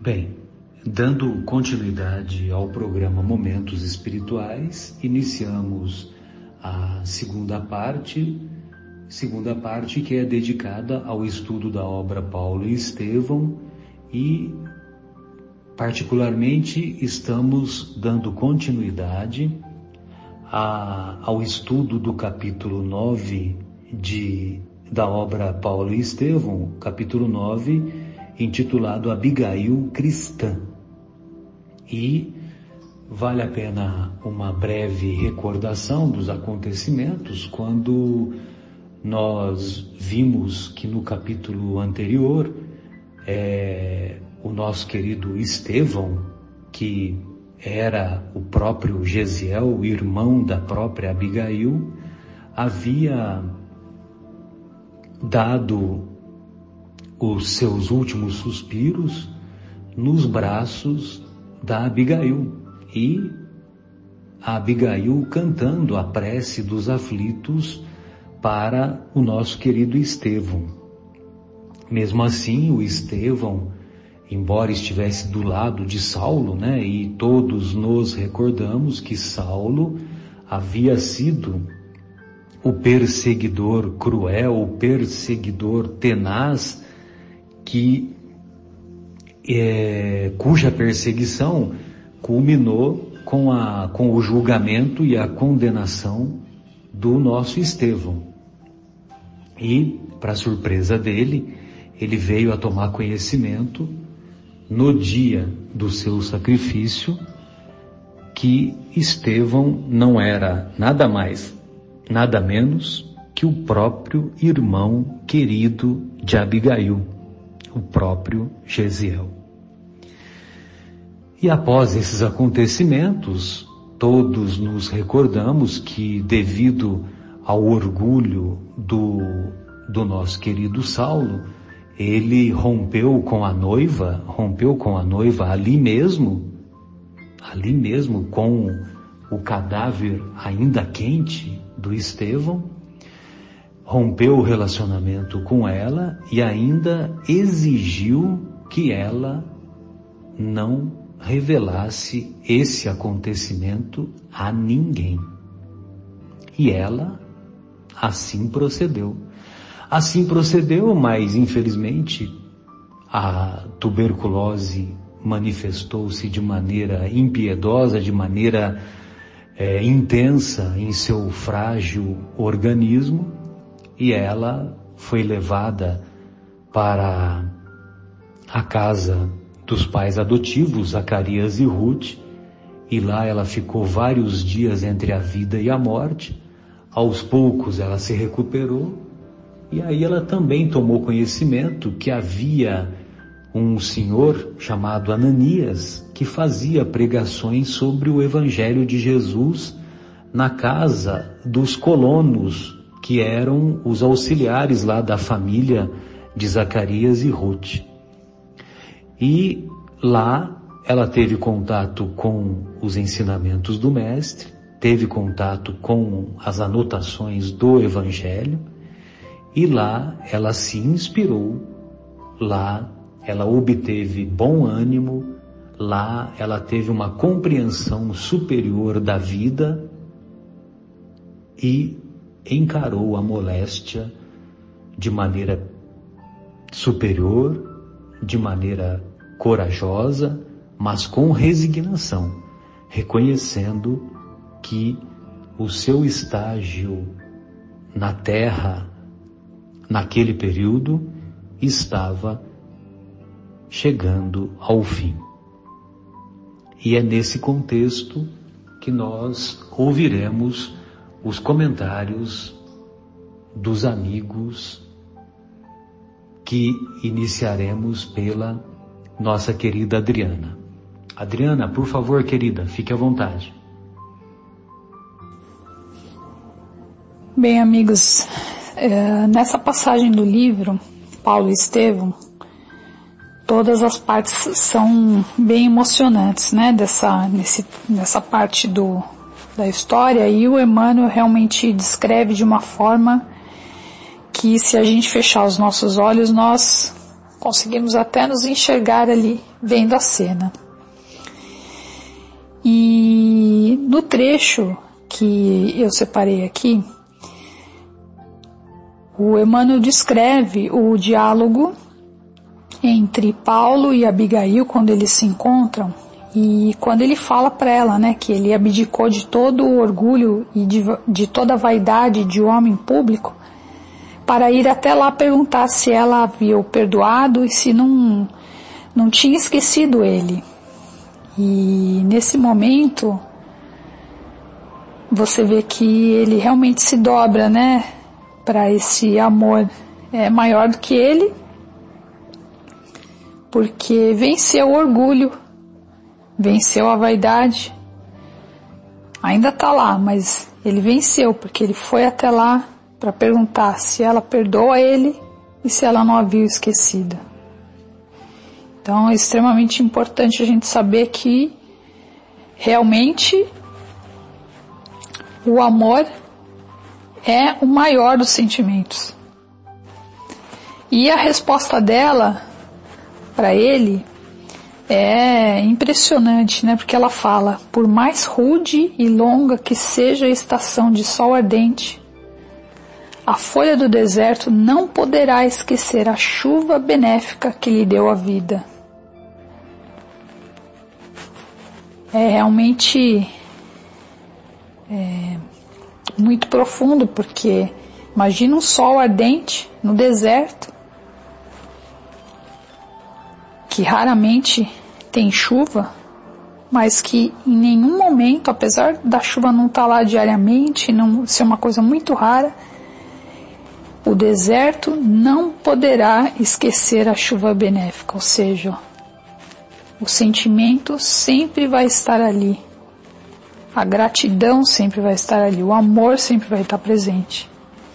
Bem, dando continuidade ao programa Momentos Espirituais, iniciamos a segunda parte que é dedicada ao estudo da obra Paulo e Estevão e, particularmente, estamos dando continuidade ao estudo do capítulo 9 da obra Paulo e Estevão, capítulo 9, intitulado Abigail Cristã. E vale a pena uma breve recordação dos acontecimentos quando nós vimos que no capítulo anterior o nosso querido Estevão, que era o próprio Gesiel, o irmão da própria Abigail, havia dado os seus últimos suspiros nos braços da Abigail, e a Abigail cantando a prece dos aflitos para o nosso querido Estevão. Mesmo assim, o Estevão, embora estivesse do lado de Saulo, e todos nos recordamos que Saulo havia sido o perseguidor cruel, o perseguidor tenaz, cuja perseguição culminou com o julgamento e a condenação do nosso Estevão. E, para surpresa dele, ele veio a tomar conhecimento no dia do seu sacrifício que Estevão não era nada mais, nada menos que o próprio irmão querido de Abigail, o próprio Gesiel. E após esses acontecimentos, todos nos recordamos que, devido ao orgulho do nosso querido Saulo, ele rompeu com a noiva ali mesmo, com o cadáver ainda quente do Estevão, rompeu o relacionamento com ela e ainda exigiu que ela não revelasse esse acontecimento a ninguém. E ela assim procedeu. Mas infelizmente a tuberculose manifestou-se de maneira impiedosa, de maneira intensa em seu frágil organismo, e ela foi levada para a casa dos pais adotivos, Zacarias e Ruth, e lá ela ficou vários dias entre a vida e a morte. Aos poucos ela se recuperou, e aí ela também tomou conhecimento que havia um senhor chamado Ananias que fazia pregações sobre o Evangelho de Jesus na casa dos colonos, que eram os auxiliares lá da família de Zacarias e Ruth. E lá ela teve contato com os ensinamentos do Mestre, teve contato com as anotações do Evangelho, e lá ela se inspirou, lá ela obteve bom ânimo, lá ela teve uma compreensão superior da vida e encarou a moléstia de maneira superior, de maneira corajosa, mas com resignação, reconhecendo que o seu estágio na Terra, naquele período, estava chegando ao fim. E é nesse contexto que nós ouviremos os comentários dos amigos, que iniciaremos pela nossa querida Adriana. Adriana, por favor, querida, fique à vontade. Bem, amigos, nessa passagem do livro, Paulo e Estevão, todas as partes são bem emocionantes, nessa parte da história, e o Emmanuel realmente descreve de uma forma que, se a gente fechar os nossos olhos, nós Conseguimos até nos enxergar ali, vendo a cena. E no trecho que eu separei aqui, o Emmanuel descreve o diálogo entre Paulo e Abigail quando eles se encontram, e quando ele fala para ela, né, que ele abdicou de todo o orgulho e de toda a vaidade de homem público para ir até lá perguntar se ela havia o perdoado e se não tinha esquecido ele. E nesse momento você vê que ele realmente se dobra, né, para esse amor maior do que ele, porque venceu o orgulho, venceu a vaidade, ainda está lá, mas ele venceu, porque ele foi até lá para perguntar se ela perdoa ele e se ela não havia esquecido. Então é extremamente importante a gente saber que realmente o amor é o maior dos sentimentos. E a resposta dela para ele é impressionante, né? Porque ela fala: por mais rude e longa que seja a estação de sol ardente, a folha do deserto não poderá esquecer a chuva benéfica que lhe deu a vida. É realmente muito profundo, porque imagina um sol ardente no deserto, que raramente tem chuva, mas que em nenhum momento, apesar da chuva não estar lá diariamente, não ser uma coisa muito rara, o deserto não poderá esquecer a chuva benéfica, ou seja, o sentimento sempre vai estar ali, a gratidão sempre vai estar ali, o amor sempre vai estar presente.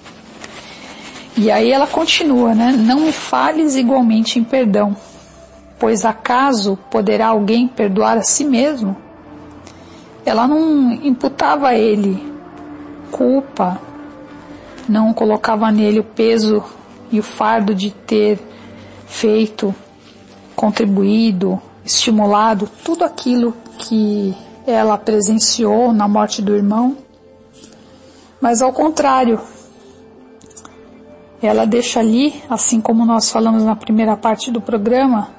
E aí ela continua, né? Não me fales igualmente em perdão, pois acaso poderá alguém perdoar a si mesmo? Ela não imputava a ele culpa, não colocava nele o peso e o fardo de ter feito, contribuído, estimulado tudo aquilo que ela presenciou na morte do irmão, mas ao contrário, ela deixa ali, assim como nós falamos na primeira parte do programa,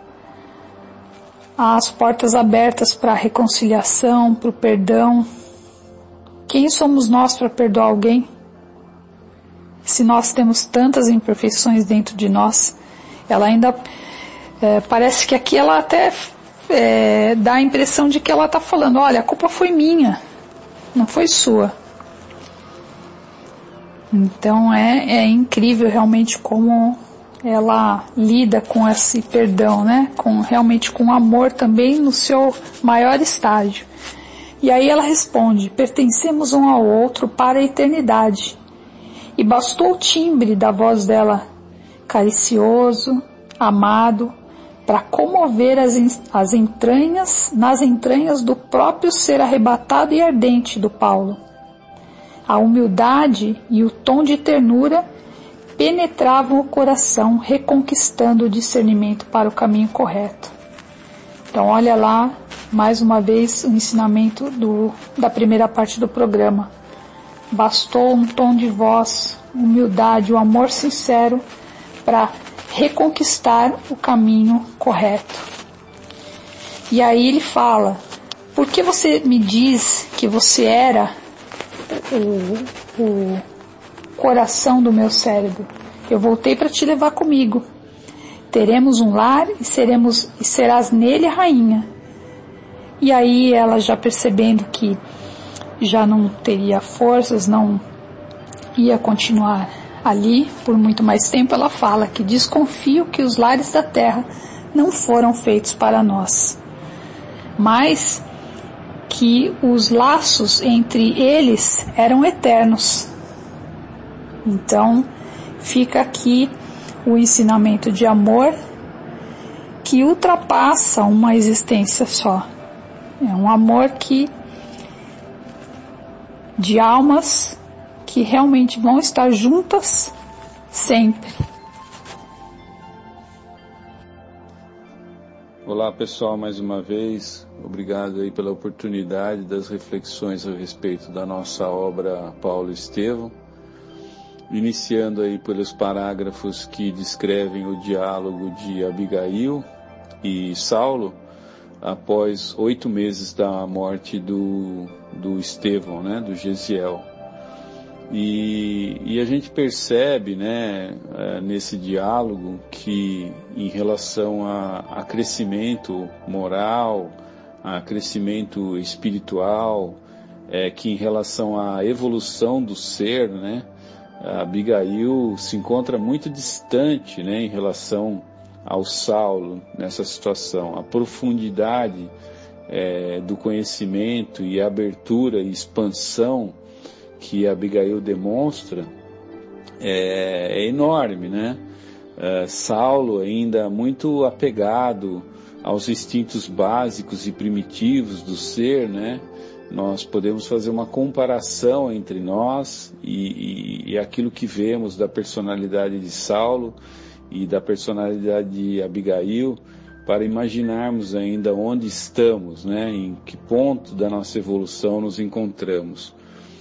as portas abertas para a reconciliação, para o perdão. Quem somos nós para perdoar alguém? Se nós temos tantas imperfeições dentro de nós, ela ainda parece que aqui ela até dá a impressão de que ela está falando: olha, a culpa foi minha, não foi sua. Então é incrível realmente como ela lida com esse perdão, né? Realmente com amor também no seu maior estágio. E aí ela responde: pertencemos um ao outro para a eternidade. E bastou o timbre da voz dela, caricioso, amado, para comover as entranhas, nas entranhas do próprio ser arrebatado e ardente do Paulo. A humildade e o tom de ternura penetravam o coração, reconquistando o discernimento para o caminho correto. Então olha lá, mais uma vez, o ensinamento da primeira parte do programa. Bastou um tom de voz, humildade, o amor sincero para reconquistar o caminho correto. E aí ele fala: por que você me diz que você era o coração do meu cérebro? Eu voltei para te levar comigo. Teremos um lar e serás nele rainha. E aí ela, já percebendo que já não teria forças, não ia continuar ali por muito mais tempo, ela fala que desconfio que os lares da terra não foram feitos para nós, mas que os laços entre eles eram eternos. Então fica aqui o ensinamento de amor que ultrapassa uma existência só. É um amor de almas que realmente vão estar juntas sempre. Olá pessoal, mais uma vez, obrigado aí pela oportunidade das reflexões a respeito da nossa obra Paulo Estevão, iniciando aí pelos parágrafos que descrevem o diálogo de Abigail e Saulo após 8 meses da morte do Estevão, né, do Gesiel. E a gente percebe, né, nesse diálogo que em relação a crescimento moral, a crescimento espiritual, que em relação à evolução do ser, né, a Abigail se encontra muito distante, né, em relação ao Saulo nessa situação. A profundidade do conhecimento e a abertura e expansão que Abigail demonstra é enorme, né? Saulo ainda muito apegado aos instintos básicos e primitivos do ser, né? Nós podemos fazer uma comparação entre nós e aquilo que vemos da personalidade de Saulo e da personalidade de Abigail, para imaginarmos ainda onde estamos, né? Em que ponto da nossa evolução nos encontramos.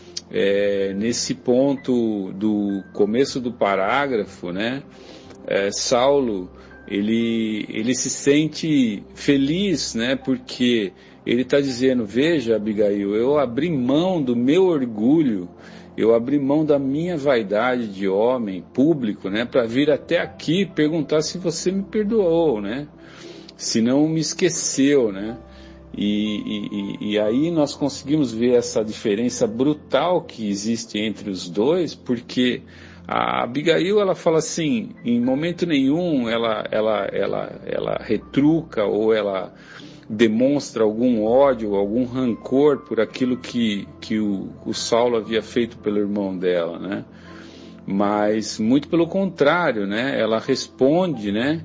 Nesse ponto do começo do parágrafo, né, Saulo, ele se sente feliz, né, porque ele está dizendo, veja Abigail, eu abri mão do meu orgulho, eu abri mão da minha vaidade de homem público, né, para vir até aqui perguntar se você me perdoou, né, se não me esqueceu, né. E aí nós conseguimos ver essa diferença brutal que existe entre os dois, porque a Abigail, ela fala assim, em momento nenhum ela retruca ou ela demonstra algum ódio, algum rancor por aquilo que o Saulo havia feito pelo irmão dela, né? Mas muito pelo contrário, né? Ela responde, né?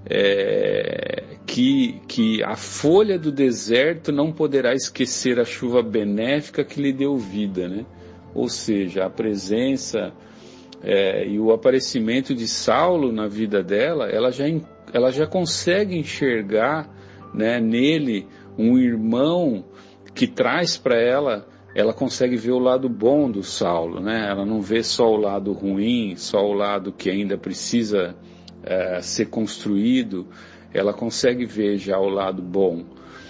Que a folha do deserto não poderá esquecer a chuva benéfica que lhe deu vida, né? Ou seja, a presença e o aparecimento de Saulo na vida dela, ela já consegue enxergar, né, nele um irmão que traz para ela consegue ver o lado bom do Saulo, né? Ela não vê só o lado ruim, só o lado que ainda precisa ser construído, ela consegue ver já o lado bom.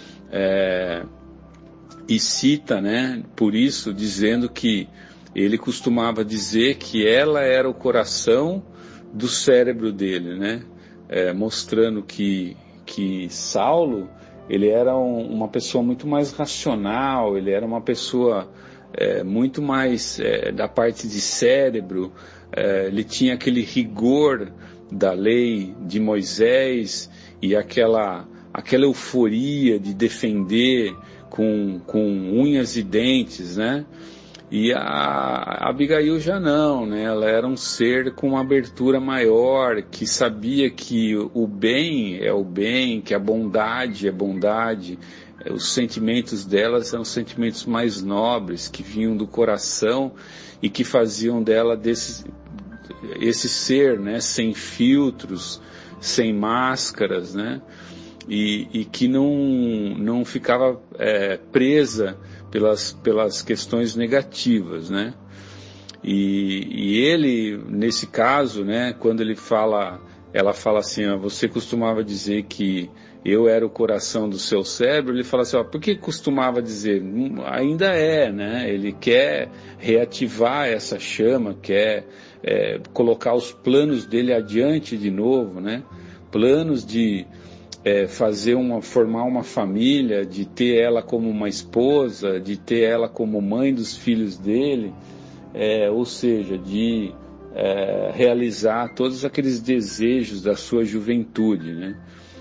E cita, né, por isso, dizendo que ele costumava dizer que ela era o coração do cérebro dele, né? Mostrando que Saulo, ele era uma pessoa muito mais racional, ele era uma pessoa muito mais da parte de cérebro, ele tinha aquele rigor da lei de Moisés e aquela euforia de defender com unhas e dentes, né? E a Abigail já não, né? Ela era um ser com uma abertura maior, que sabia que o bem é o bem, que a bondade é bondade. Os sentimentos delas eram sentimentos mais nobres, que vinham do coração e que faziam dela esse ser, né? Sem filtros, sem máscaras, né? E que não ficava presa pelas questões negativas, né? E ele, nesse caso, né, quando ela fala assim, você costumava dizer que eu era o coração do seu cérebro, ele fala assim, por que costumava dizer? Ainda né? Ele quer reativar essa chama, quer colocar os planos dele adiante de novo, né? Planos de formar uma família, de ter ela como uma esposa, de ter ela como mãe dos filhos dele, ou seja, de realizar todos aqueles desejos da sua juventude, né?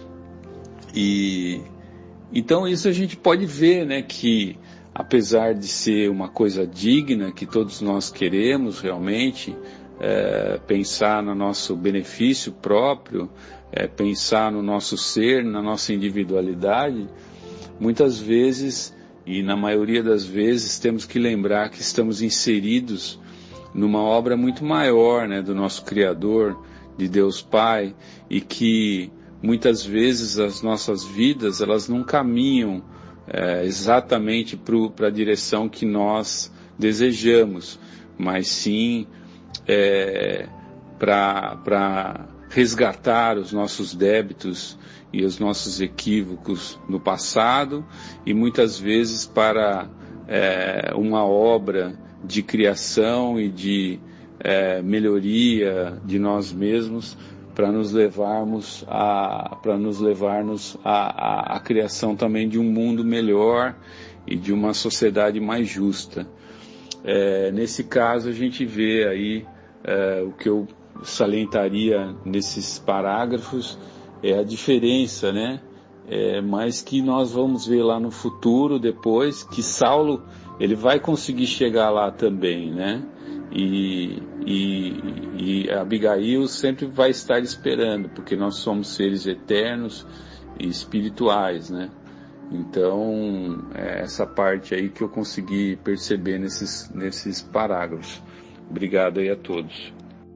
E então isso a gente pode ver, né, que apesar de ser uma coisa digna, que todos nós queremos realmente pensar no nosso benefício próprio, pensar no nosso ser, na nossa individualidade, muitas vezes, e na maioria das vezes, temos que lembrar que estamos inseridos numa obra muito maior, né, do nosso Criador, de Deus Pai, e que muitas vezes as nossas vidas, elas não caminham exatamente para a direção que nós desejamos, mas sim para resgatar os nossos débitos e os nossos equívocos no passado, e muitas vezes para uma obra de criação e de melhoria de nós mesmos, para nos levarmos à criação também de um mundo melhor e de uma sociedade mais justa. Nesse caso a gente vê aí o que eu salientaria nesses parágrafos é a diferença, né? Mas que nós vamos ver lá no futuro, depois, que Saulo ele vai conseguir chegar lá também, né? E Abigail sempre vai estar esperando, porque nós somos seres eternos e espirituais, né? Então, essa parte aí que eu consegui perceber nesses parágrafos. Obrigado aí a todos.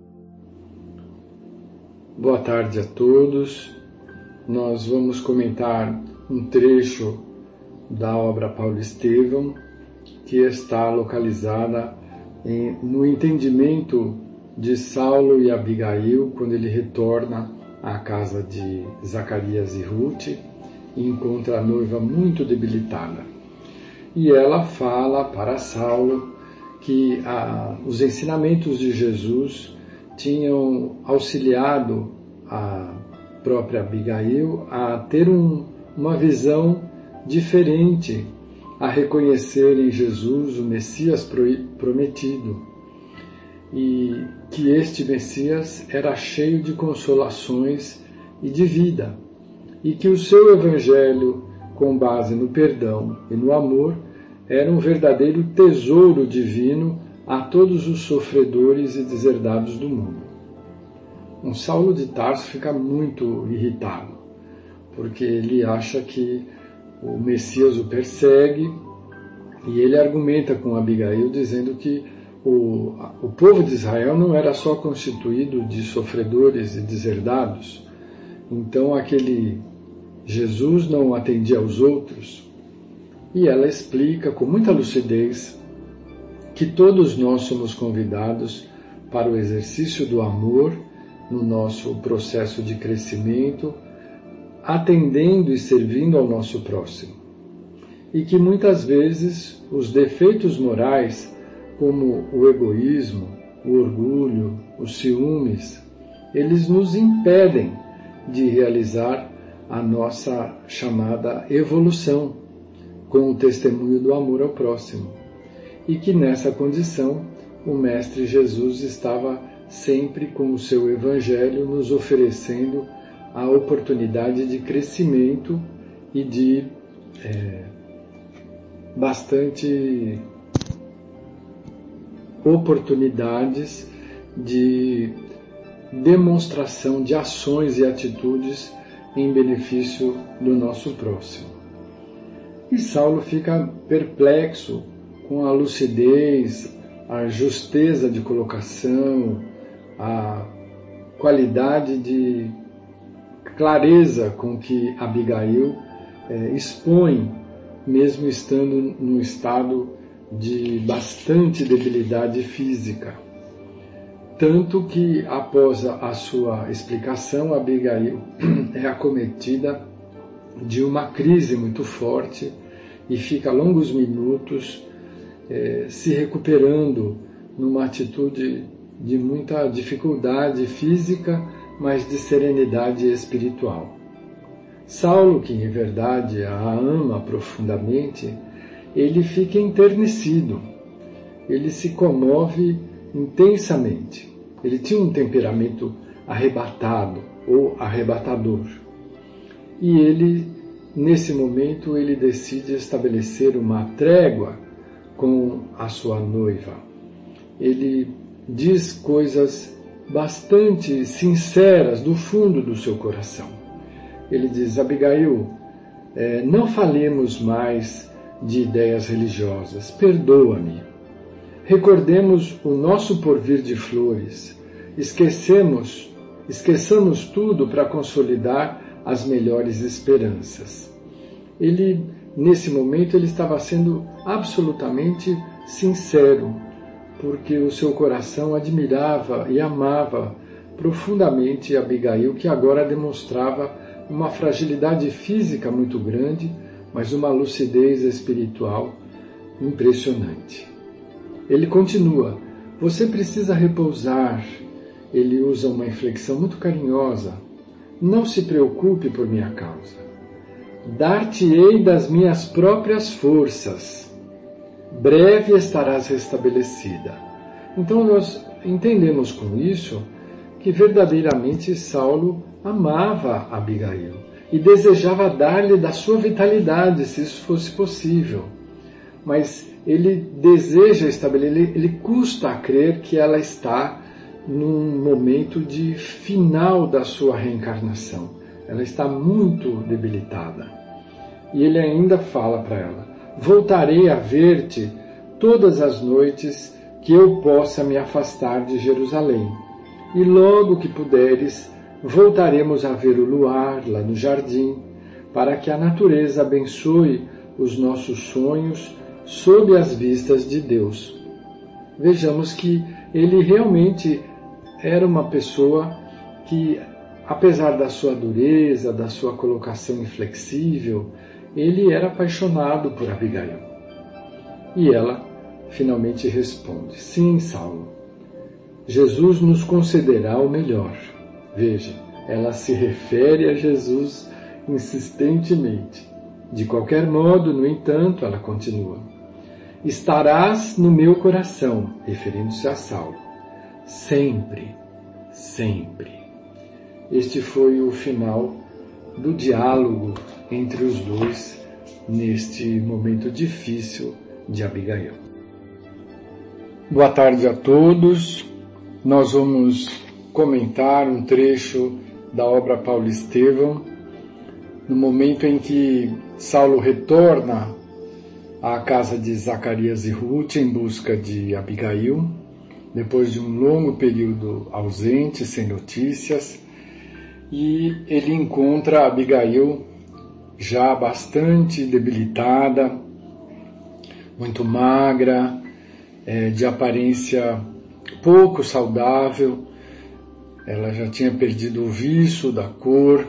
Boa tarde a todos. Nós vamos comentar um trecho da obra Paulo Estevão, que está localizada no entendimento de Saulo e Abigail, quando ele retorna à casa de Zacarias e Ruth e encontra a noiva muito debilitada. E ela fala para Saulo que os ensinamentos de Jesus tinham auxiliado a própria Abigail a ter uma visão diferente, a reconhecer em Jesus o Messias prometido, e que este Messias era cheio de consolações e de vida, e que o seu evangelho, com base no perdão e no amor, era um verdadeiro tesouro divino a todos os sofredores e deserdados do mundo. Saulo de Tarso fica muito irritado, porque ele acha que o Messias o persegue, e ele argumenta com Abigail dizendo que o povo de Israel não era só constituído de sofredores e deserdados, então aquele Jesus não atendia aos outros. E ela explica com muita lucidez que todos nós somos convidados para o exercício do amor no nosso processo de crescimento, atendendo e servindo ao nosso próximo. E que muitas vezes os defeitos morais, como o egoísmo, o orgulho, os ciúmes, eles nos impedem de realizar a nossa chamada evolução com o testemunho do amor ao próximo. E que nessa condição o Mestre Jesus estava sempre com o seu Evangelho nos oferecendo a oportunidade de crescimento e de bastante oportunidades de demonstração de ações e atitudes em benefício do nosso próximo. E Saulo fica perplexo com a lucidez, a justeza de colocação, a qualidade de clareza com que Abigail expõe, mesmo estando num estado de bastante debilidade física. Tanto que, após a sua explicação, Abigail é acometida de uma crise muito forte e fica longos minutos se recuperando numa atitude de muita dificuldade física, mas de serenidade espiritual. Saulo, que em verdade a ama profundamente, ele fica enternecido, ele se comove intensamente. Ele tinha um temperamento arrebatado ou arrebatador. E ele, nesse momento, ele decide estabelecer uma trégua com a sua noiva. Ele diz coisas bastante sinceras do fundo do seu coração. Ele diz: Abigail, não falemos mais de ideias religiosas, perdoa-me. Recordemos o nosso porvir de flores, esqueçamos tudo para consolidar as melhores esperanças. Nesse momento, ele estava sendo absolutamente sincero, porque o seu coração admirava e amava profundamente Abigail, que agora demonstrava uma fragilidade física muito grande, mas uma lucidez espiritual impressionante. Ele continua: você precisa repousar. Ele usa uma inflexão muito carinhosa. Não se preocupe por minha causa. Dar-te-ei das minhas próprias forças. Breve estarás restabelecida. Então nós entendemos com isso que verdadeiramente Saulo amava Abigail e desejava dar-lhe da sua vitalidade, se isso fosse possível. Mas ele deseja estabelecer, ele custa a crer que ela está num momento de final da sua reencarnação. Ela está muito debilitada. E ele ainda fala para ela: voltarei a ver-te todas as noites que eu possa me afastar de Jerusalém. E logo que puderes, voltaremos a ver o luar lá no jardim, para que a natureza abençoe os nossos sonhos sob as vistas de Deus. Vejamos que ele realmente era uma pessoa que, apesar da sua dureza, da sua colocação inflexível, ele era apaixonado por Abigail. E ela finalmente responde: sim, Saulo, Jesus nos concederá o melhor. Veja, ela se refere a Jesus insistentemente. De qualquer modo, no entanto, ela continua: estarás no meu coração, referindo-se a Saulo, sempre, sempre. Este foi o final do diálogo entre os dois neste momento difícil de Abigail. Boa tarde a todos. Nós vamos comentar um trecho da obra Paulo Estevão, no momento em que Saulo retorna à casa de Zacarias e Ruth em busca de Abigail, depois de um longo período ausente, sem notícias, e ele encontra Abigail já bastante debilitada, muito magra, de aparência pouco saudável. Ela já tinha perdido o viço da cor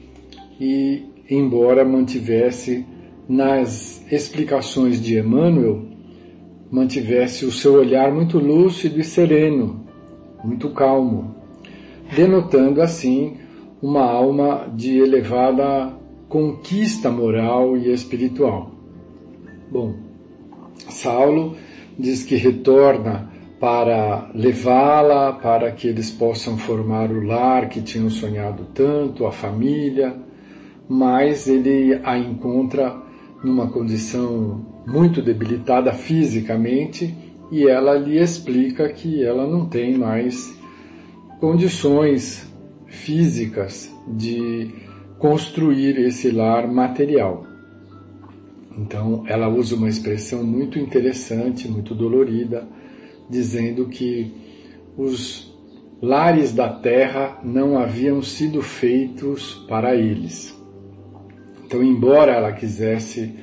e, embora mantivesse nas explicações de Emmanuel, mantivesse o seu olhar muito lúcido e sereno, muito calmo, denotando assim uma alma de elevada conquista moral e espiritual. Bom, Saulo diz que retorna para levá-la, para que eles possam formar o lar que tinham sonhado tanto, a família, mas ele a encontra numa condição muito debilitada fisicamente e ela lhe explica que ela não tem mais condições físicas de construir esse lar material. Então ela usa uma expressão muito interessante, muito dolorida, dizendo que os lares da terra não haviam sido feitos para eles. Então, embora ela quisesse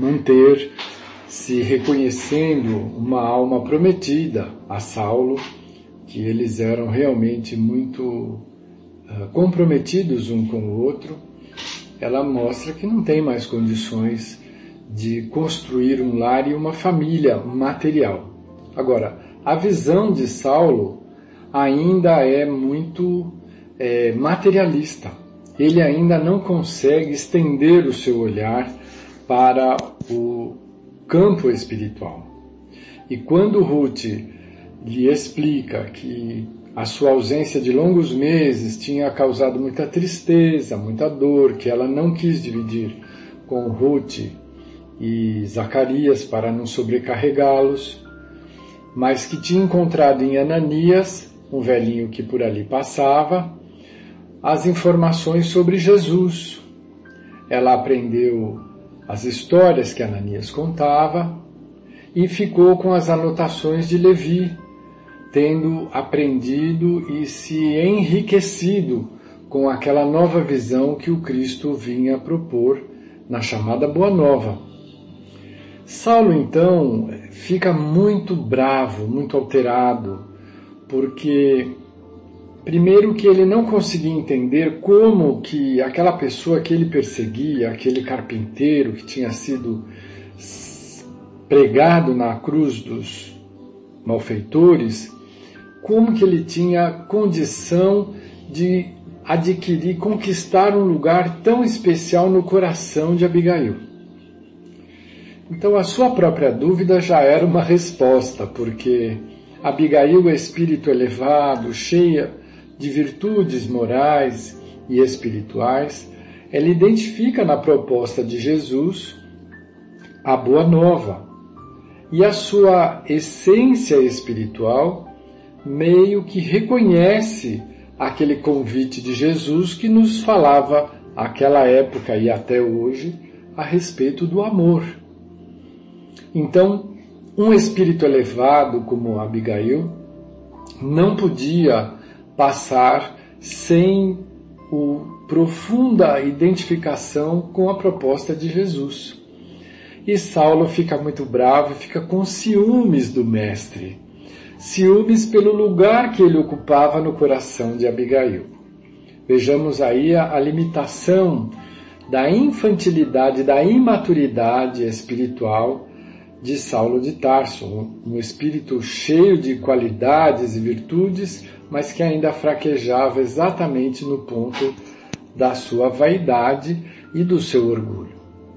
manter-se reconhecendo uma alma prometida a Saulo, que eles eram realmente muito comprometidos um com o outro, ela mostra que não tem mais condições de construir um lar e uma família material. Agora, a visão de Saulo ainda é muito materialista. Ele ainda não consegue estender o seu olhar para o campo espiritual. E quando Ruth lhe explica que a sua ausência de longos meses tinha causado muita tristeza, muita dor, que ela não quis dividir com Ruth e Zacarias para não sobrecarregá-los, mas que tinha encontrado em Ananias, um velhinho que por ali passava, as informações sobre Jesus. Ela aprendeu as histórias que Ananias contava e ficou com as anotações de Levi, tendo aprendido e se enriquecido com aquela nova visão que o Cristo vinha propor na chamada Boa Nova. Saulo, então, fica muito bravo, muito alterado, porque, primeiro, que ele não conseguia entender como que aquela pessoa que ele perseguia, aquele carpinteiro que tinha sido pregado na cruz dos malfeitores, como que ele tinha condição de adquirir, conquistar um lugar tão especial no coração de Abigail. Então a sua própria dúvida já era uma resposta, porque Abigail é espírito elevado, cheia de virtudes morais e espirituais, ela identifica na proposta de Jesus a Boa Nova, e a sua essência espiritual meio que reconhece aquele convite de Jesus que nos falava, naquela época e até hoje, a respeito do amor. Então, um espírito elevado como Abigail não podia passar sem profunda identificação com a proposta de Jesus. E Saulo fica muito bravo, fica com ciúmes do mestre. Ciúmes pelo lugar que ele ocupava no coração de Abigail. Vejamos aí a limitação da infantilidade, da imaturidade espiritual de Saulo de Tarso, um espírito cheio de qualidades e virtudes, mas que ainda fraquejava exatamente no ponto da sua vaidade e do seu orgulho.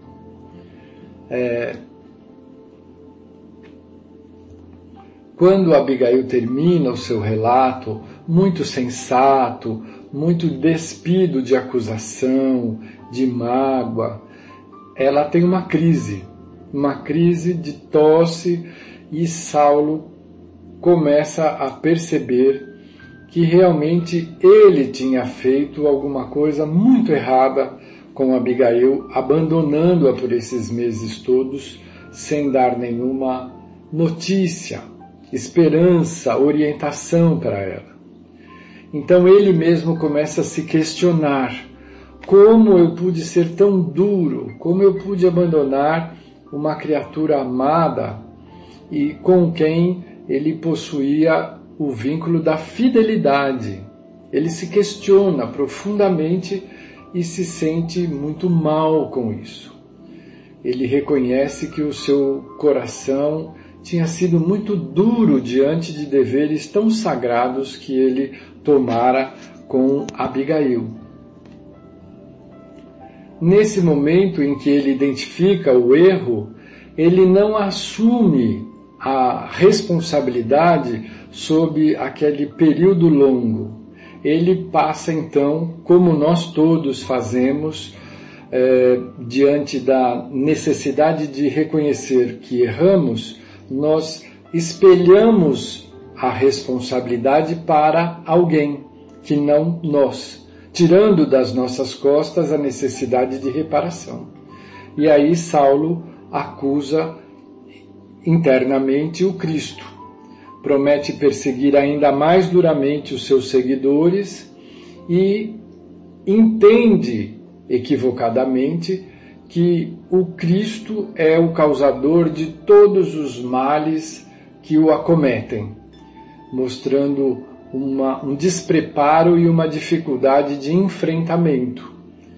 Quando Abigail termina o seu relato, muito sensato, muito despido de acusação, de mágoa, ela tem uma crise de tosse, e Saulo começa a perceber que realmente ele tinha feito alguma coisa muito errada com Abigail, abandonando-a por esses meses todos, sem dar nenhuma notícia, esperança, orientação para ela. Então ele mesmo começa a se questionar: como eu pude ser tão duro? Como eu pude abandonar uma criatura amada e com quem ele possuía o vínculo da fidelidade? Ele se questiona profundamente e se sente muito mal com isso. Ele reconhece que o seu coração tinha sido muito duro diante de deveres tão sagrados que ele tomara com Abigail. Nesse momento em que ele identifica o erro, ele não assume a responsabilidade sob aquele período longo. Ele passa então, como nós todos fazemos, diante da necessidade de reconhecer que erramos, nós espelhamos a responsabilidade para alguém, que não nós, tirando das nossas costas a necessidade de reparação. E aí Saulo acusa internamente o Cristo, promete perseguir ainda mais duramente os seus seguidores e entende equivocadamente que o Cristo é o causador de todos os males que o acometem, mostrando um despreparo e uma dificuldade de enfrentamento.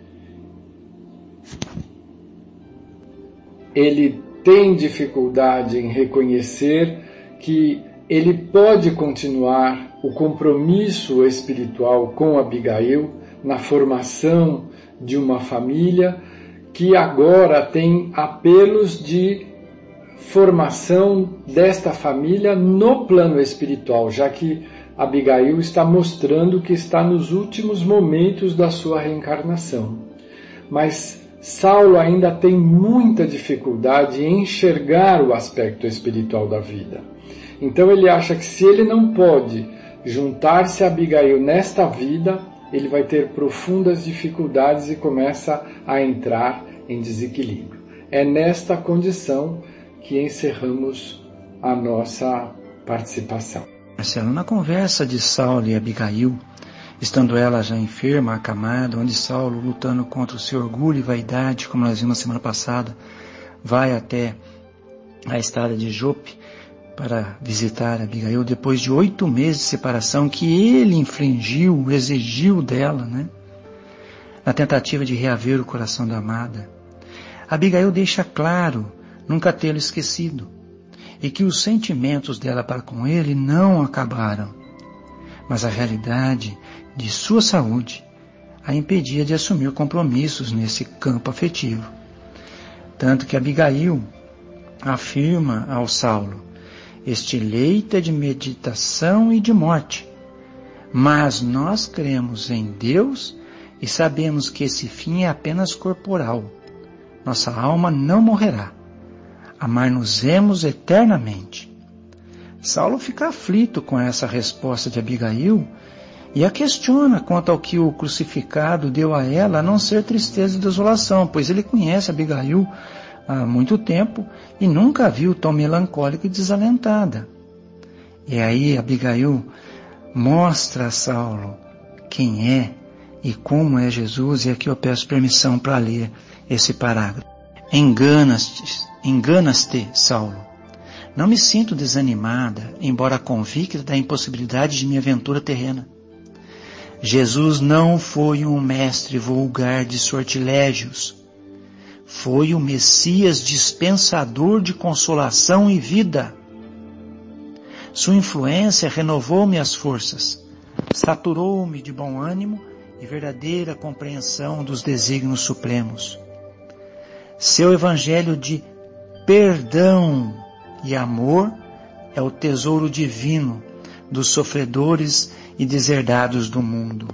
Ele tem dificuldade em reconhecer que ele pode continuar o compromisso espiritual com Abigail na formação de uma família que agora tem apelos de formação desta família no plano espiritual, já que Abigail está mostrando que está nos últimos momentos da sua reencarnação. Mas Saulo ainda tem muita dificuldade em enxergar o aspecto espiritual da vida. Então ele acha que se ele não pode juntar-se a Abigail nesta vida, ele vai ter profundas dificuldades e começa a entrar em desequilíbrio. É nesta condição que encerramos a nossa participação. Marcelo, na conversa de Saulo e Abigail, estando ela já enferma, acamada, onde Saulo, lutando contra o seu orgulho e vaidade, como nós vimos na semana passada, vai até a estrada de Jope para visitar Abigail, depois de 8 meses de separação que ele infligiu, exigiu dela, né? Na tentativa de reaver o coração da amada. Abigail deixa claro nunca tê-lo esquecido, e que os sentimentos dela para com ele não acabaram, mas a realidade de sua saúde a impedia de assumir compromissos nesse campo afetivo. Tanto que Abigail afirma ao Saulo: este leito é de meditação e de morte, mas nós cremos em Deus e sabemos que esse fim é apenas corporal. Nossa alma não morrerá. Amar-nos-emos eternamente. Saulo fica aflito com essa resposta de Abigail e a questiona quanto ao que o crucificado deu a ela, a não ser tristeza e desolação, pois ele conhece Abigail há muito tempo e nunca a viu tão melancólica e desalentada. E aí Abigail mostra a Saulo quem é e como é Jesus, e aqui eu peço permissão para ler esse parágrafo. Enganas-te, Saulo. Não me sinto desanimada, embora convicta da impossibilidade de minha aventura terrena. Jesus não foi um mestre vulgar de sortilégios. Foi o Messias dispensador de consolação e vida. Sua influência renovou-me as forças, saturou-me de bom ânimo e verdadeira compreensão dos desígnios supremos. Seu evangelho de perdão e amor é o tesouro divino dos sofredores e deserdados do mundo.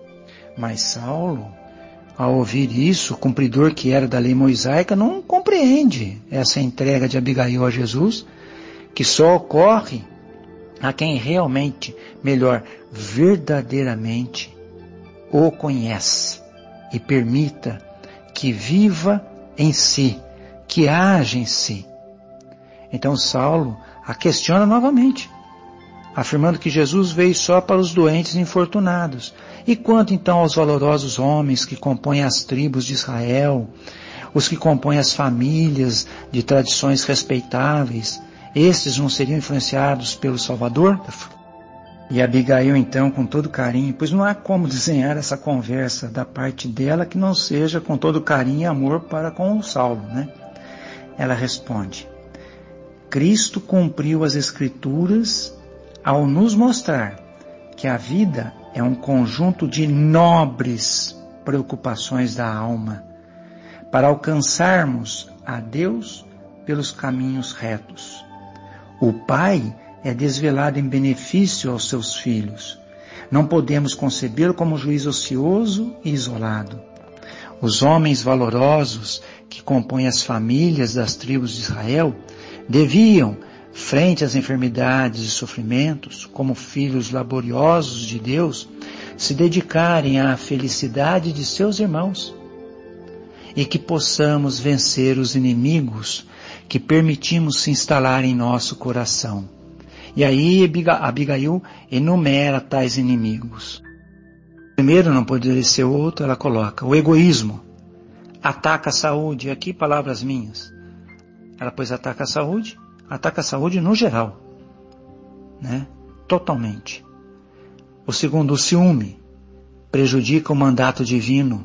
Mas Saulo, ao ouvir isso, o cumpridor que era da lei mosaica, não compreende essa entrega de Abigail a Jesus, que só ocorre a quem realmente, melhor, verdadeiramente o conhece e permita que viva em si, que age em si. Então Saulo a questiona novamente, afirmando que Jesus veio só para os doentes e infortunados. E quanto então aos valorosos homens que compõem as tribos de Israel, os que compõem as famílias de tradições respeitáveis, estes não seriam influenciados pelo Salvador? E Abigail então, com todo carinho, pois não há como desenhar essa conversa da parte dela que não seja com todo carinho e amor para com o Saulo, né? Ela responde: Cristo cumpriu as Escrituras ao nos mostrar que a vida é um conjunto de nobres preocupações da alma, para alcançarmos a Deus pelos caminhos retos. O Pai é desvelado em benefício aos seus filhos. Não podemos concebê-lo como juiz ocioso e isolado. Os homens valorosos que compõem as famílias das tribos de Israel deviam, frente às enfermidades e sofrimentos, como filhos laboriosos de Deus, se dedicarem à felicidade de seus irmãos, e que possamos vencer os inimigos que permitimos se instalar em nosso coração. E aí Abigail enumera tais inimigos. Primeiro, não poderia ser outro, ela coloca o egoísmo, ataca a saúde, e aqui palavras minhas. Ela pois ataca a saúde no geral, né? Totalmente. O segundo, o ciúme, prejudica o mandato divino.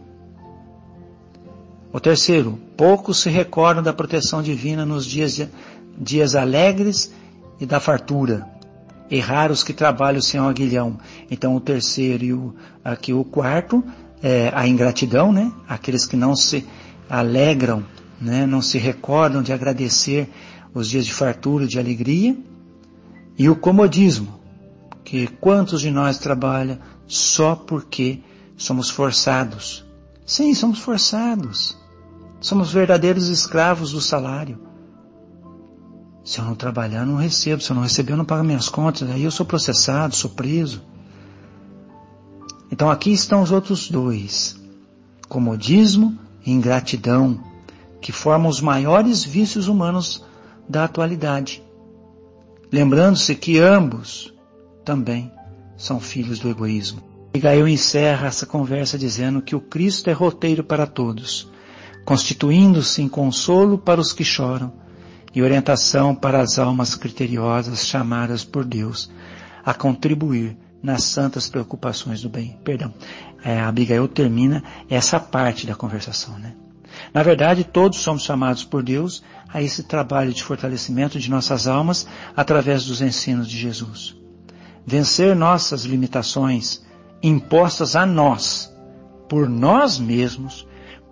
O terceiro, poucos se recordam da proteção divina nos dias alegres e da fartura, e raros que trabalham sem um aguilhão. Então o terceiro e o quarto é a ingratidão, né? Aqueles que não se alegram, né? Não se recordam de agradecer os dias de fartura, de alegria. E o comodismo, que quantos de nós trabalham só porque somos forçados? Sim, somos forçados. Somos verdadeiros escravos do salário. Se eu não trabalhar, eu não recebo. Se eu não receber, eu não pago minhas contas. Aí eu sou processado, sou preso. Então aqui estão os outros dois. Comodismo e ingratidão, que formam os maiores vícios humanos da atualidade. Lembrando-se que ambos também são filhos do egoísmo. Abigail encerra essa conversa dizendo que o Cristo é roteiro para todos, constituindo-se em consolo para os que choram e orientação para as almas criteriosas chamadas por Deus a contribuir nas santas preocupações do bem. Abigail termina essa parte da conversação, né? Na verdade, todos somos chamados por Deus a esse trabalho de fortalecimento de nossas almas através dos ensinos de Jesus. Vencer nossas limitações impostas a nós, por nós mesmos,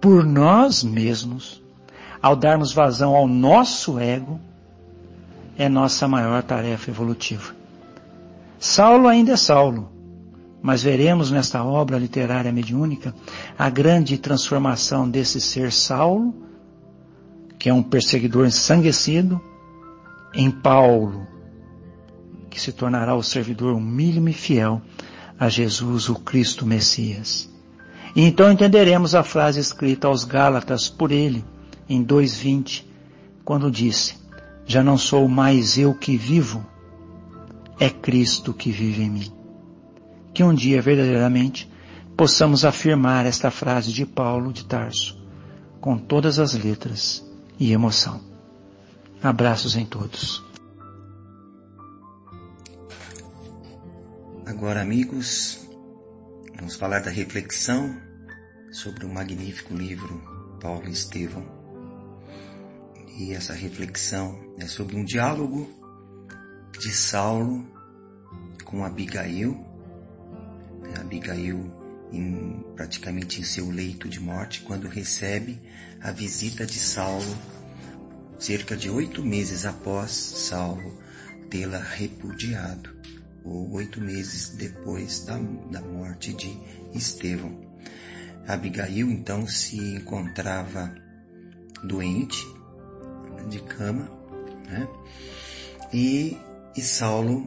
ao darmos vazão ao nosso ego, é nossa maior tarefa evolutiva. Saulo ainda é Saulo, mas veremos nesta obra literária mediúnica a grande transformação desse ser Saulo, que é um perseguidor ensanguecido, em Paulo, que se tornará o servidor humilde e fiel a Jesus, o Cristo Messias. E então entenderemos a frase escrita aos Gálatas por ele, em 2:20, quando disse: já não sou mais eu que vivo, é Cristo que vive em mim. Que um dia verdadeiramente possamos afirmar esta frase de Paulo de Tarso, com todas as letras e emoção. Abraços em todos. Agora, amigos, vamos falar da reflexão sobre o magnífico livro Paulo e Estevão. E essa reflexão é sobre um diálogo de Saulo com Abigail. Abigail praticamente em seu leito de morte, quando recebe a visita de Saulo, cerca de 8 meses após Saulo tê-la repudiado, ou 8 meses depois da morte de Estevão. Abigail então se encontrava doente, de cama, né? E Saulo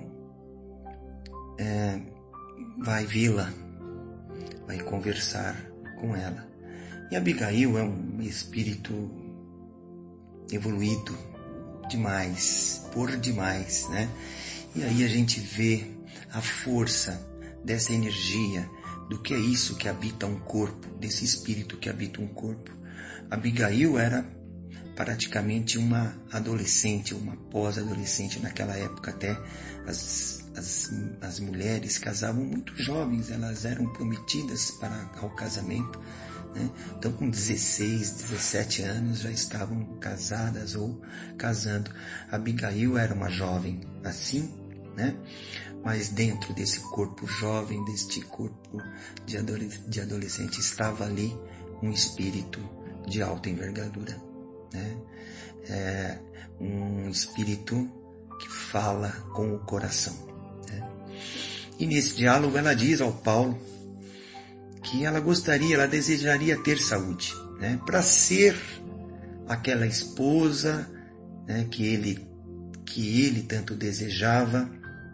vai vê-la, vai conversar com ela. E Abigail é um espírito evoluído demais, por demais, né? E aí a gente vê a força dessa energia, do que é isso que habita um corpo, desse espírito que habita um corpo. Abigail era praticamente uma adolescente, uma pós-adolescente naquela época. Até as mulheres casavam muito jovens, elas eram prometidas ao casamento, né? Então com 16, 17 anos já estavam casadas ou casando. Abigail era uma jovem assim, né? Mas dentro desse corpo jovem, deste corpo de adolescente, estava ali um espírito de alta envergadura, né? Um espírito que fala com o coração, né? E nesse diálogo ela diz ao Paulo que ela desejaria ter saúde, né? Para ser aquela esposa, né? que ele tanto desejava.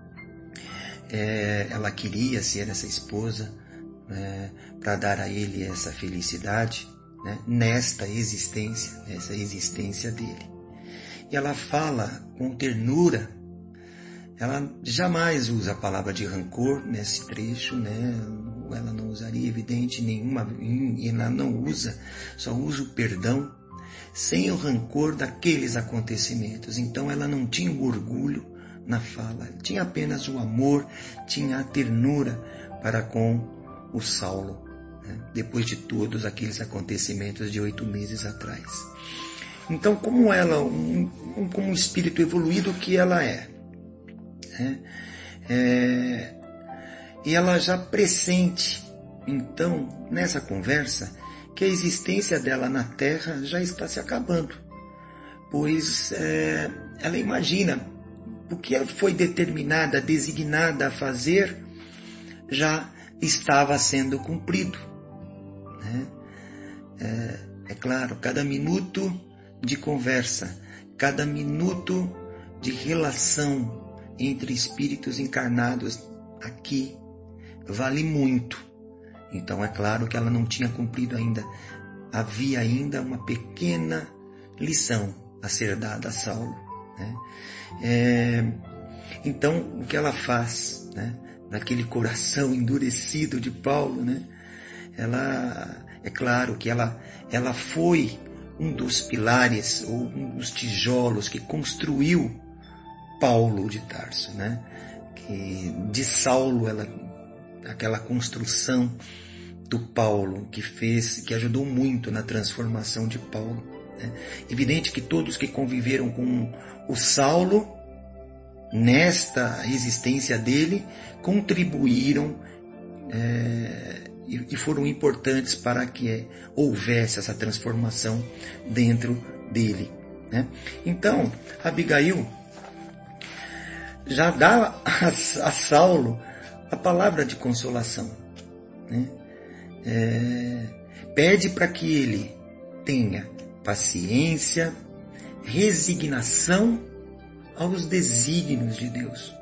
Ela queria ser essa esposa, para dar a ele essa felicidade, né? Nesta existência, essa existência dele. E ela fala com ternura. Ela jamais usa a palavra de rancor nesse trecho, né? Ela não usaria, evidente, nenhuma, e ela não usa, só usa o perdão, sem o rancor daqueles acontecimentos. Então ela não tinha o orgulho na fala, tinha apenas o amor, tinha a ternura para com o Saulo, né? Depois de todos aqueles acontecimentos de 8 meses atrás. Então, como ela, como um espírito evoluído que ela é, né? E ela já pressente, então, nessa conversa, que a existência dela na Terra já está se acabando, pois ela imagina o que ela foi determinada, designada a fazer, já estava sendo cumprido, né? É claro, cada minuto de conversa, cada minuto de relação entre espíritos encarnados aqui vale muito. Então é claro que ela não tinha cumprido ainda. Havia ainda uma pequena lição a ser dada a Saulo, né? Então o que ela faz, né? naquele coração endurecido de Paulo, né? É claro que ela foi um dos pilares ou um dos tijolos que construiu Paulo de Tarso, né? Que de Saulo, aquela construção do Paulo que ajudou muito na transformação de Paulo, né? Evidente que todos que conviveram com o Saulo nesta existência dele contribuíram e foram importantes para que houvesse essa transformação dentro dele, né? Então, Abigail já dá a Saulo a palavra de consolação, né? Pede para que ele tenha paciência, resignação aos desígnios de Deus,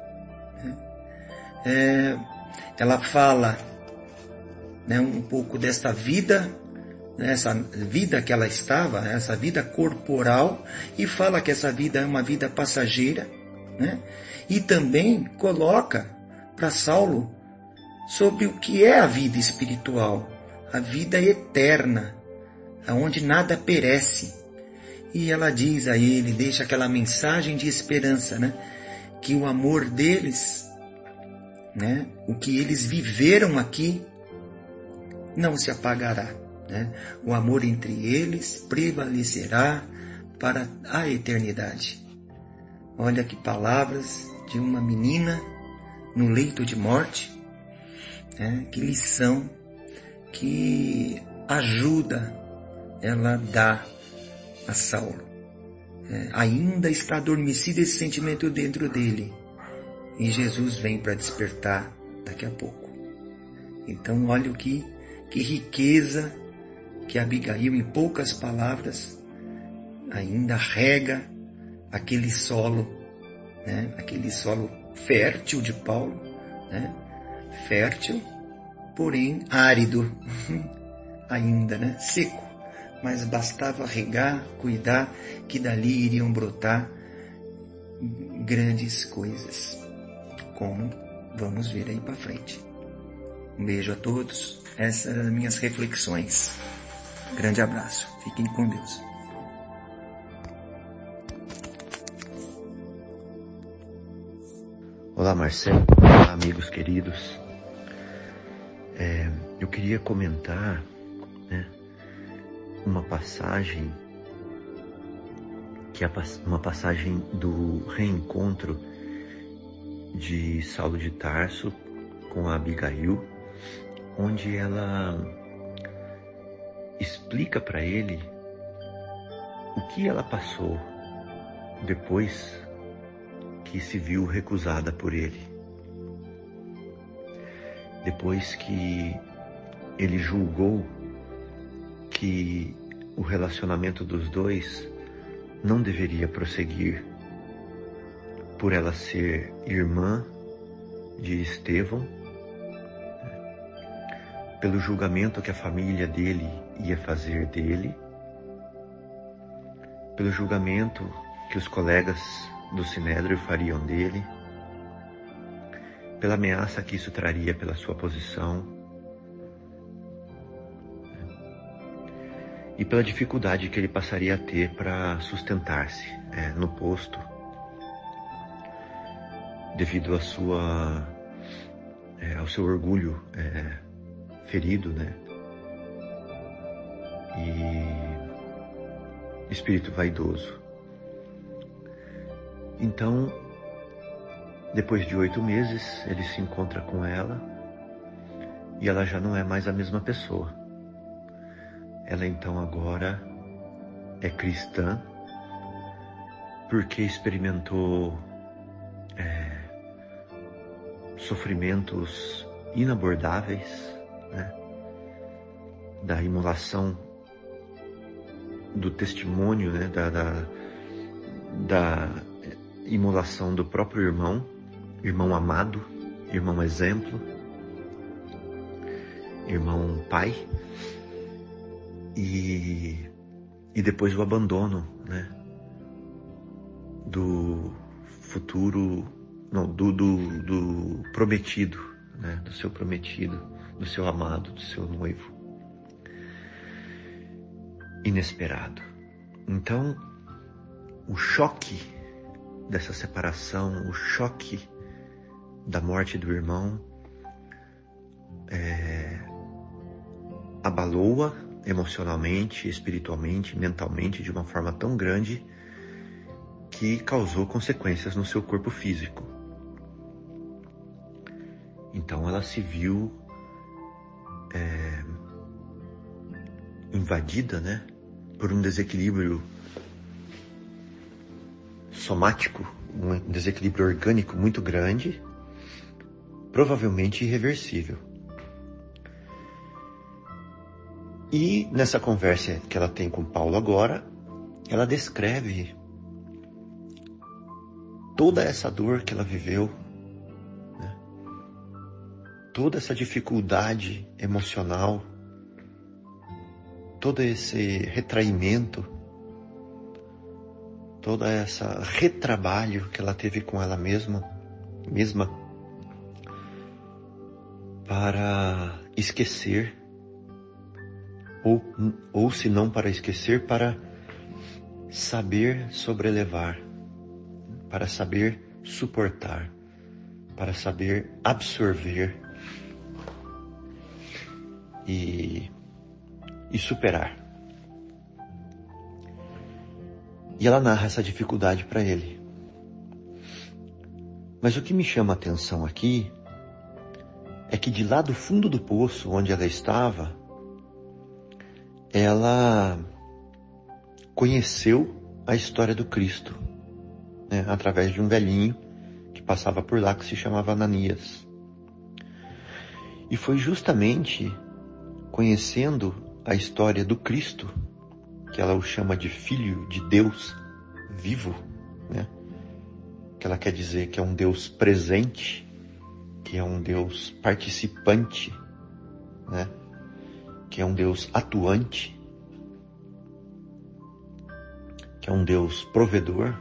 né? Ela fala, né, um pouco desta vida, né, essa vida que ela estava, essa vida corporal, e fala que essa vida é uma vida passageira, né? E também coloca para Saulo sobre o que é a vida espiritual, a vida eterna, aonde nada perece. E ela diz a ele, deixa aquela mensagem de esperança, né? Que o amor deles, né? O que eles viveram aqui, não se apagará, né? O amor entre eles prevalecerá para a eternidade. Olha que palavras de uma menina no leito de morte, né? Que lição, que ajuda ela dá a Saulo. Ainda está adormecido esse sentimento dentro dele, e Jesus vem para despertar daqui a pouco. Então olha que riqueza que Abigail, em poucas palavras, ainda rega aquele solo, né? Aquele solo fértil de Paulo, né? Fértil, porém árido, ainda, né? Seco, mas bastava regar, cuidar, que dali iriam brotar grandes coisas, como vamos ver aí para frente. Um beijo a todos, essas são as minhas reflexões. Grande abraço, fiquem com Deus. Olá, Marcelo. Olá, amigos queridos. Eu queria comentar, né, uma passagem, que é uma passagem do reencontro de Saulo de Tarso com a Abigail, onde ela explica para ele o que ela passou depois que se viu recusada por ele. Depois que ele julgou que o relacionamento dos dois não deveria prosseguir por ela ser irmã de Estevão, pelo julgamento que a família dele ia fazer dele, pelo julgamento que os colegas do Sinédrio fariam dele, pela ameaça que isso traria pela sua posição e pela dificuldade que ele passaria a ter para sustentar-se no posto, devido à ao seu orgulho ferido, né? E espírito vaidoso. Então, depois de 8 meses, ele se encontra com ela e ela já não é mais a mesma pessoa. Ela então agora é cristã porque experimentou sofrimentos inabordáveis, né? Da imolação, do testemunho, né? Da imolação do próprio irmão amado, irmão exemplo, irmão pai, e depois o abandono, né? Do futuro, não, do prometido, né, do seu prometido, do seu amado, do seu noivo. Inesperado. Então, o choque dessa separação, o choque da morte do irmão, abalou-a emocionalmente, espiritualmente, mentalmente, de uma forma tão grande que causou consequências no seu corpo físico. Então ela se viu invadida, né, por um desequilíbrio somático, um desequilíbrio orgânico muito grande, provavelmente irreversível. E nessa conversa que ela tem com Paulo agora, ela descreve toda essa dor que ela viveu, né? Toda essa dificuldade emocional, todo esse retraimento, todo esse retrabalho que ela teve com ela mesma para esquecer, ou se não para esquecer, para saber sobrelevar, para saber suportar, para saber absorver e superar. E ela narra essa dificuldade para ele. Mas o que me chama a atenção aqui é que de lá do fundo do poço onde ela estava, ela conheceu a história do Cristo, né, através de um velhinho que passava por lá que se chamava Ananias. E foi justamente conhecendo a história do Cristo, que ela o chama de Filho de Deus vivo, né, que ela quer dizer que é um Deus presente, que é um Deus participante, né, que é um Deus atuante, que é um Deus provedor.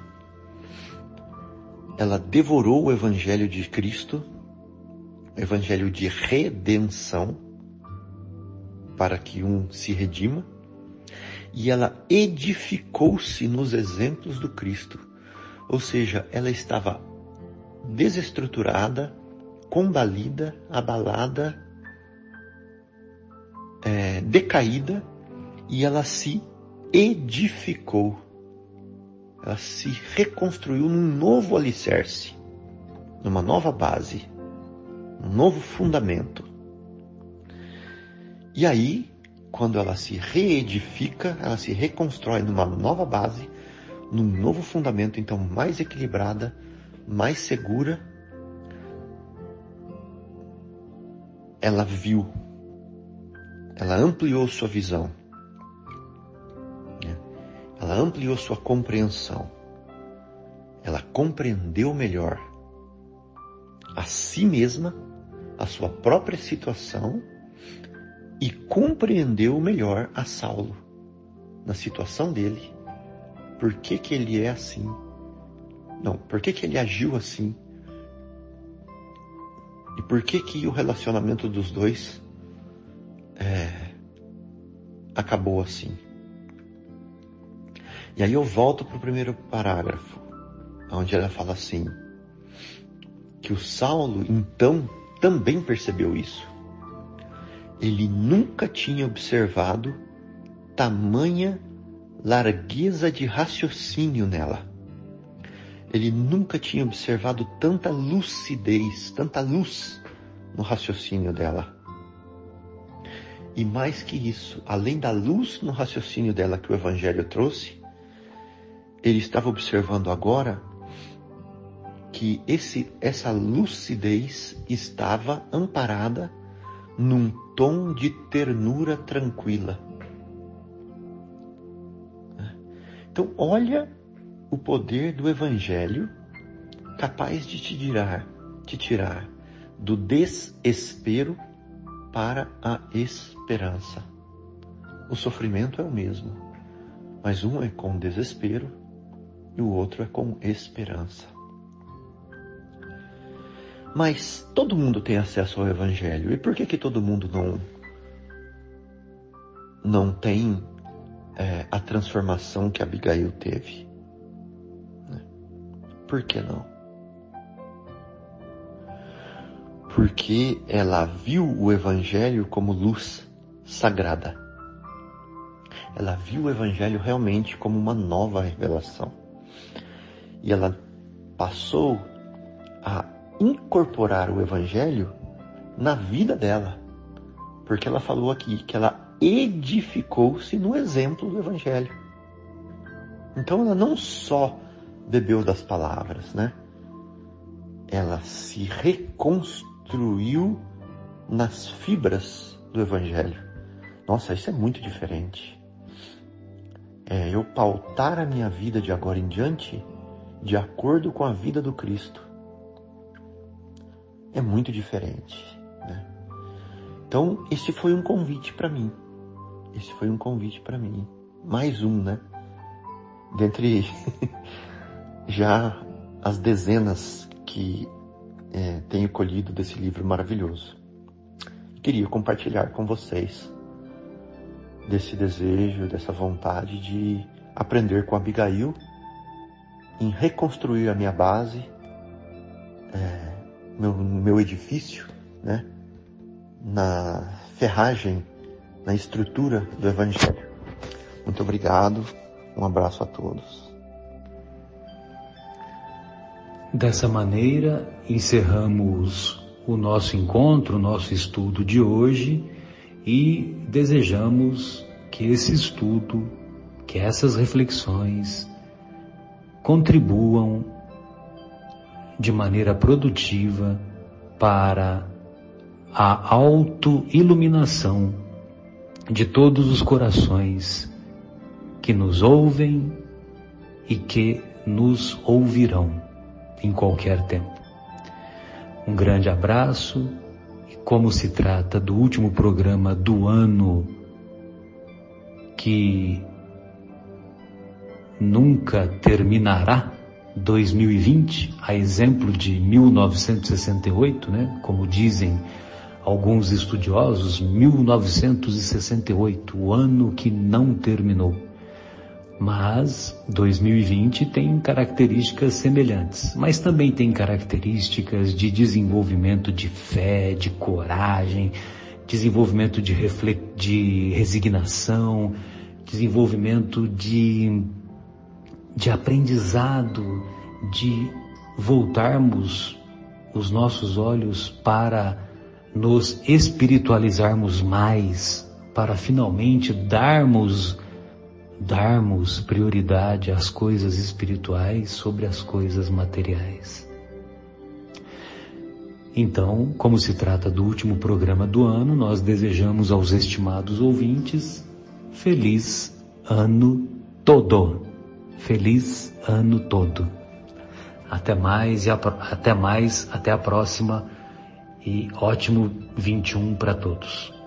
Ela devorou o Evangelho de Cristo, o Evangelho de redenção, para que um se redima, e ela edificou-se nos exemplos do Cristo. Ou seja, ela estava desestruturada, combalida, abalada, decaída, e ela se edificou. Ela se reconstruiu num novo alicerce, numa nova base, um novo fundamento. E aí, quando ela se reedifica, ela se reconstrói numa nova base, num novo fundamento, então mais equilibrada, mais segura. Ela viu, ela ampliou sua visão, ela ampliou sua compreensão, ela compreendeu melhor a si mesma, a sua própria situação, e compreendeu melhor a Saulo, na situação dele, por que ele é assim, por que ele agiu assim, e por que o relacionamento dos dois acabou assim. E aí eu volto para o primeiro parágrafo, onde ela fala assim, que o Saulo então também percebeu isso. Ele nunca tinha observado tamanha largueza de raciocínio nela. Ele nunca tinha observado tanta lucidez, tanta luz no raciocínio dela. E mais que isso, além da luz no raciocínio dela que o Evangelho trouxe, ele estava observando agora que essa lucidez estava amparada num tom de ternura tranquila. Então, olha o poder do Evangelho capaz de te tirar do desespero para a esperança. O sofrimento é o mesmo, mas um é com desespero e o outro é com esperança. Mas todo mundo tem acesso ao Evangelho. E por que todo mundo não tem a transformação que Abigail teve? Por que não? Porque ela viu o Evangelho como luz sagrada. Ela viu o Evangelho realmente como uma nova revelação. E ela passou a incorporar o Evangelho na vida dela. Porque ela falou aqui que ela edificou-se no exemplo do Evangelho. Então ela não só bebeu das palavras, né? Ela se reconstruiu nas fibras do Evangelho. Nossa, isso é muito diferente. Eu pautar a minha vida de agora em diante de acordo com a vida do Cristo. É muito diferente, né? Então, esse foi um convite para mim. Esse foi um convite para mim. Mais um, né? Dentre já as dezenas que tenho colhido desse livro maravilhoso. Queria compartilhar com vocês desse desejo, dessa vontade de aprender com Abigail em reconstruir a minha base, meu edifício, né? Na ferragem, na estrutura do Evangelho. Muito obrigado, um abraço a todos. Dessa maneira, encerramos o nosso encontro, o nosso estudo de hoje e desejamos que esse estudo, que essas reflexões contribuam de maneira produtiva para a autoiluminação de todos os corações que nos ouvem e que nos ouvirão em qualquer tempo. Um grande abraço, e como se trata do último programa do ano que nunca terminará, 2020, a exemplo de 1968, né? Como dizem alguns estudiosos, 1968, o ano que não terminou. Mas 2020 tem características semelhantes, mas também tem características de desenvolvimento de fé, de coragem, desenvolvimento de resignação, desenvolvimento de aprendizado, de voltarmos os nossos olhos para nos espiritualizarmos mais, para finalmente darmos prioridade às coisas espirituais sobre as coisas materiais. Então, como se trata do último programa do ano, nós desejamos aos estimados ouvintes feliz ano todo. Feliz ano todo. Até a próxima e ótimo 21 para todos.